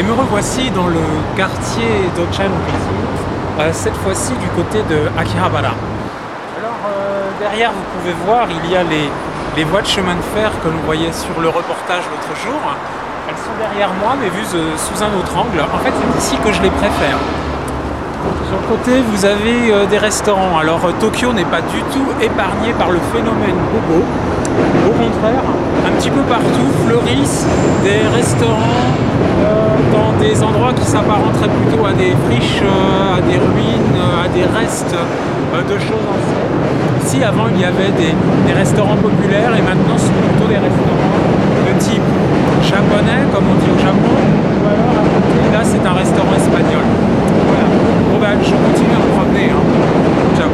Me revoici dans le quartier d'Ochanokitsu, cette fois-ci du côté de Akihabara. Alors derrière, vous pouvez voir, il y a les voies de chemin de fer que l'on voyait sur le reportage l'autre jour. Elles sont derrière moi, mais vues sous un autre angle. En fait, c'est ici que je les préfère. Sur le côté, vous avez des restaurants. Alors Tokyo n'est pas du tout épargné par le phénomène bobo. Au contraire, un petit peu partout fleurissent des restaurants dans des endroits qui s'apparenteraient plutôt à des friches, à des ruines, à des restes de choses anciennes. Ici, avant, il y avait des restaurants populaires et maintenant, ce sont plutôt des restaurants de type japonais, comme on dit au Japon, ou alors à côté, là, c'est un restaurant espagnol. Voilà. Bon, ben, je continue à me promener. Ciao.